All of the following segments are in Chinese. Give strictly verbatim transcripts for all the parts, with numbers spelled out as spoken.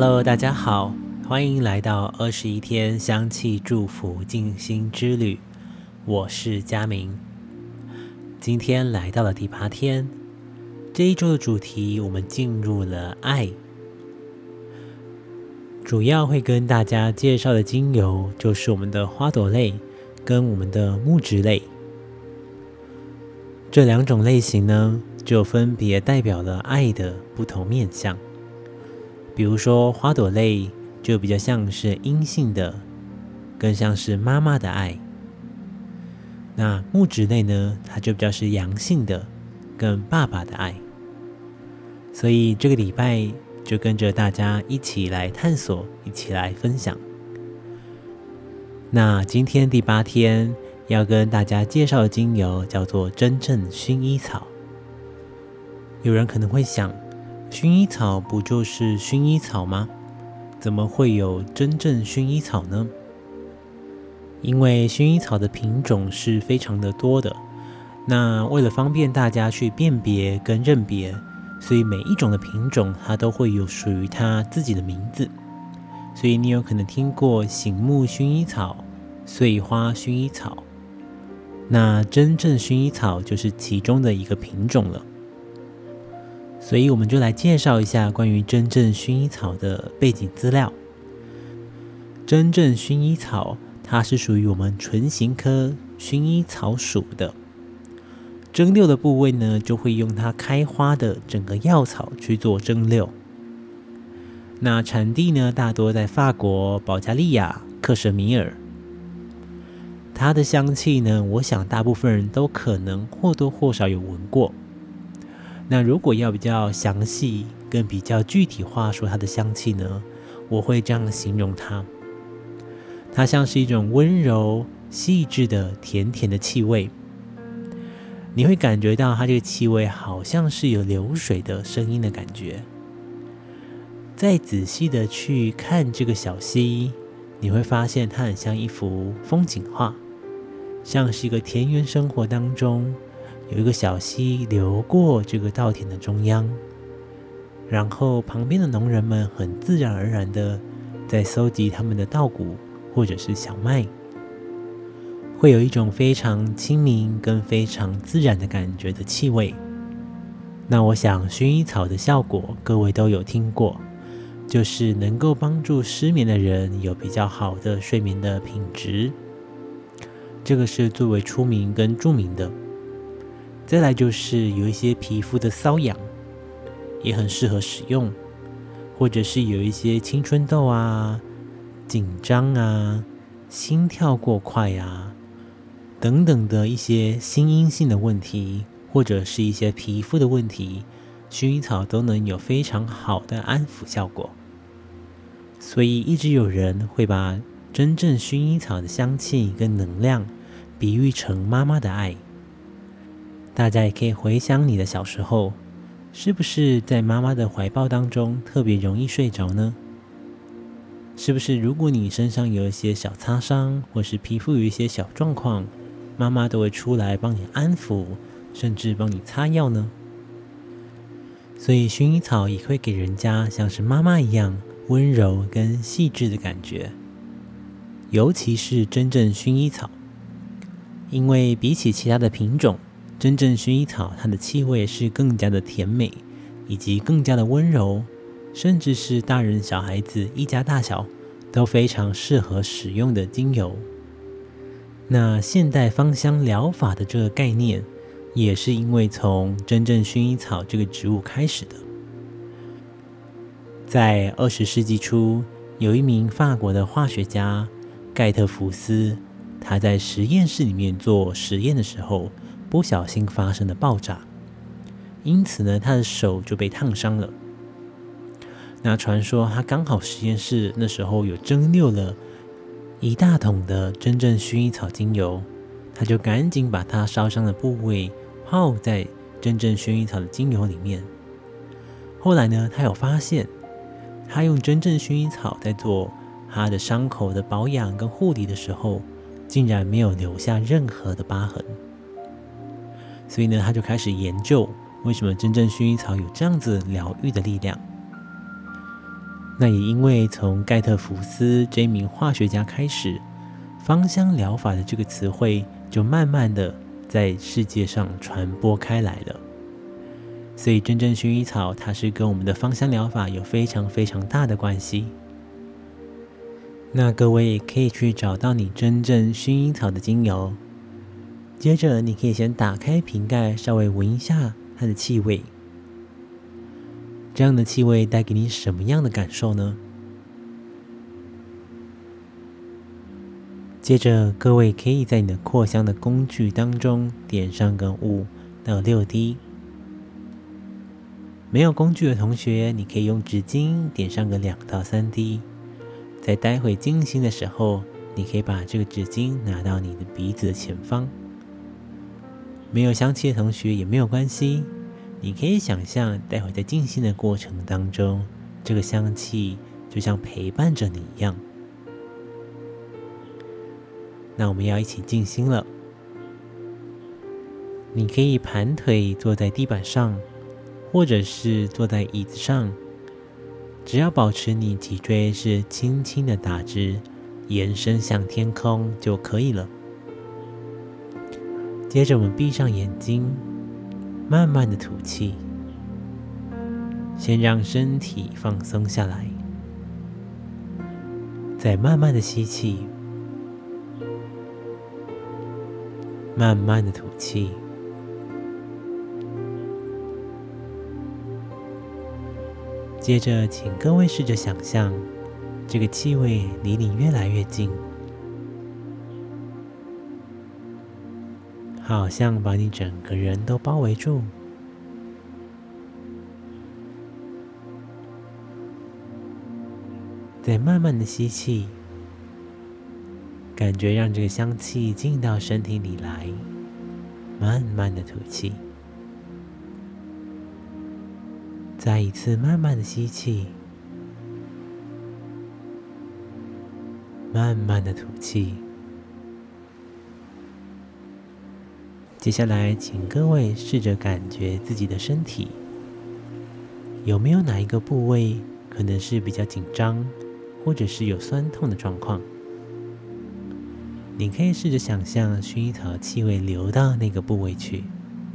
Hello， 大家好，欢迎来到二十一天香气祝福静心之旅，我是佳明。今天来到了第八天，这一周的主题我们进入了爱，主要会跟大家介绍的精油就是我们的花朵类跟我们的木质类。这两种类型呢，就分别代表了爱的不同面向。比如说花朵类就比较像是阴性的，更像是妈妈的爱。那木质类呢，它就比较是阳性的，跟爸爸的爱。所以这个礼拜就跟着大家一起来探索，一起来分享。那今天第八天要跟大家介绍的精油叫做真正薰衣草。有人可能会想，薰衣草不就是薰衣草吗？怎么会有真正薰衣草呢？因为薰衣草的品种是非常的多的，那为了方便大家去辨别跟认别，所以每一种的品种它都会有属于它自己的名字。所以你有可能听过醒目薰衣草、碎花薰衣草，那真正薰衣草就是其中的一个品种了。所以我们就来介绍一下关于真正薰衣草的背景资料。真正薰衣草它是属于我们唇形科薰衣草属的，蒸馏的部位呢，就会用它开花的整个药草去做蒸馏。那产地呢，大多在法国、保加利亚、克什米尔。它的香气呢，我想大部分人都可能或多或少有闻过。那如果要比较详细跟比较具体化说它的香气呢，我会这样形容它。它像是一种温柔细致的甜甜的气味，你会感觉到它这个气味好像是有流水的声音的感觉。再仔细的去看这个小溪，你会发现它很像一幅风景画，像是一个田园生活当中有一个小溪流过这个稻田的中央，然后旁边的农人们很自然而然的在搜集他们的稻谷或者是小麦，会有一种非常亲民跟非常自然的感觉的气味。那我想薰衣草的效果各位都有听过，就是能够帮助失眠的人有比较好的睡眠的品质，这个是最为出名跟著名的。再来就是有一些皮肤的瘙痒，也很适合使用，或者是有一些青春痘啊、紧张啊、心跳过快啊等等的一些心因性的问题，或者是一些皮肤的问题，薰衣草都能有非常好的安抚效果。所以一直有人会把真正薰衣草的香气跟能量比喻成妈妈的爱。大家也可以回想你的小时候，是不是在妈妈的怀抱当中特别容易睡着呢？是不是如果你身上有一些小擦伤，或是皮肤有一些小状况，妈妈都会出来帮你安抚，甚至帮你擦药呢？所以薰衣草也会给人家像是妈妈一样温柔跟细致的感觉。尤其是真正薰衣草，因为比起其他的品种，真正薰衣草它的气味是更加的甜美，以及更加的温柔，甚至是大人小孩子一家大小都非常适合使用的精油。那现代芳香疗法的这个概念，也是因为从真正薰衣草这个植物开始的。在二十世纪初，有一名法国的化学家盖特福斯，他在实验室里面做实验的时候，不小心发生了爆炸，因此呢，他的手就被烫伤了。那传说他刚好实验室那时候有蒸馏了一大桶的真正薰衣草精油，他就赶紧把他烧伤的部位泡在真正薰衣草的精油里面。后来呢，他有发现，他用真正薰衣草在做他的伤口的保养跟护理的时候，竟然没有留下任何的疤痕。所以呢，他就开始研究为什么真正薰衣草有这样子疗愈的力量。 那也因为从盖特福斯这名化学家开始，芳香疗法的这个词汇就慢慢的在世界上传播开来了。所以真正薰衣草它是跟我们的芳香疗法有非常非常大的关系。那各位也可以去找到你真正薰衣草的精油，接着你可以先打开瓶盖，稍微闻一下它的气味。这样的气味带给你什么样的感受呢？接着各位可以在你的扩香的工具当中点上个五到六滴。没有工具的同学，你可以用纸巾点上个两到三滴。在待会静心的时候，你可以把这个纸巾拿到你的鼻子的前方。没有香气的同学也没有关系，你可以想象待会在静心的过程当中，这个香气就像陪伴着你一样。那我们要一起静心了。你可以盘腿坐在地板上，或者是坐在椅子上，只要保持你脊椎是轻轻的打直，延伸向天空就可以了。接着我们闭上眼睛，慢慢的吐气，先让身体放松下来，再慢慢的吸气，慢慢的吐气。接着请各位试着想象，这个气味离你越来越近，好像把你整个人都包围住。再慢慢的吸气，感觉让这个香气进到身体里来，慢慢的吐气。再一次慢慢的吸气，慢慢的吐气。接下来请各位试着感觉自己的身体，有没有哪一个部位可能是比较紧张，或者是有酸痛的状况。你可以试着想象薰衣草气味流到那个部位去，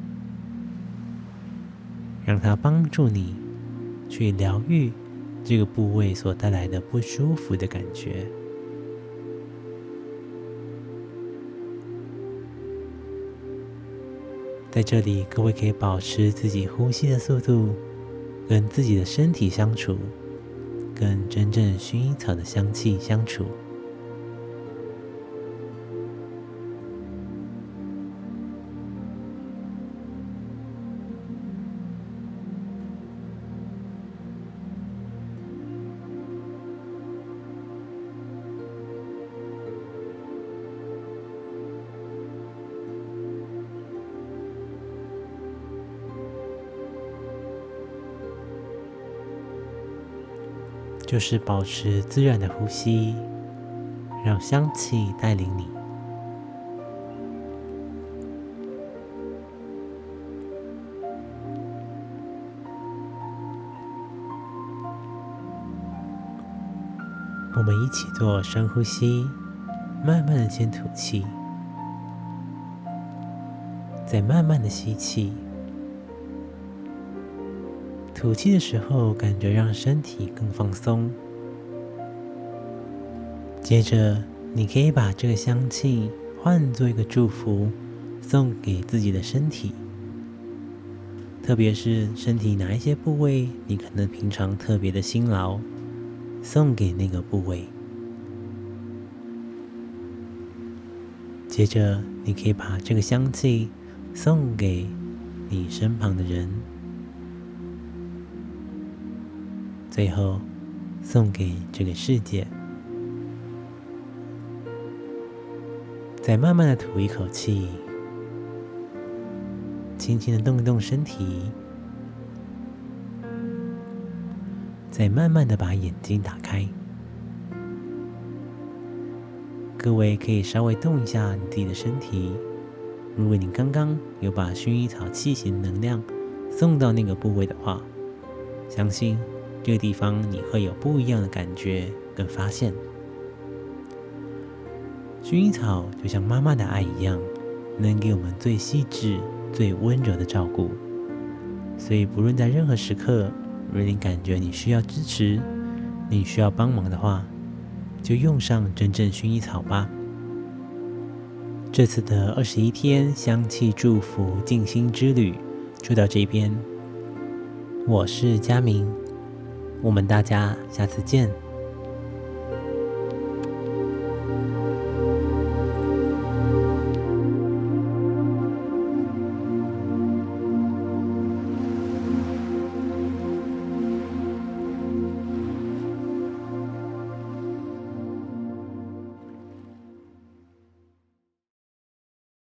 让它帮助你去疗愈这个部位所带来的不舒服的感觉。在这里，各位可以保持自己呼吸的速度，跟自己的身体相处，跟真正薰衣草的香气相处。就是保持自然的呼吸，让香气带领你。我们一起做深呼吸，慢慢的先吐气，再慢慢的吸气。吐气的时候，感觉让身体更放松。接着，你可以把这个香气换作一个祝福，送给自己的身体。特别是身体哪一些部位，你可能平常特别的辛劳，送给那个部位。接着，你可以把这个香气送给你身旁的人。最后，送给这个世界。再慢慢的吐一口气，轻轻的动一动身体，再慢慢的把眼睛打开。各位可以稍微动一下你自己的身体，如果你刚刚有把薰衣草气息的能量送到那个部位的话，相信这个地方你会有不一样的感觉跟发现。薰衣草就像妈妈的爱一样，能给我们最细致、最温柔的照顾。所以不论在任何时刻，如果你感觉你需要支持，你需要帮忙的话，就用上真正薰衣草吧。这次的二十一天香气祝福静心之旅就到这边。我是佳明，我们大家下次见。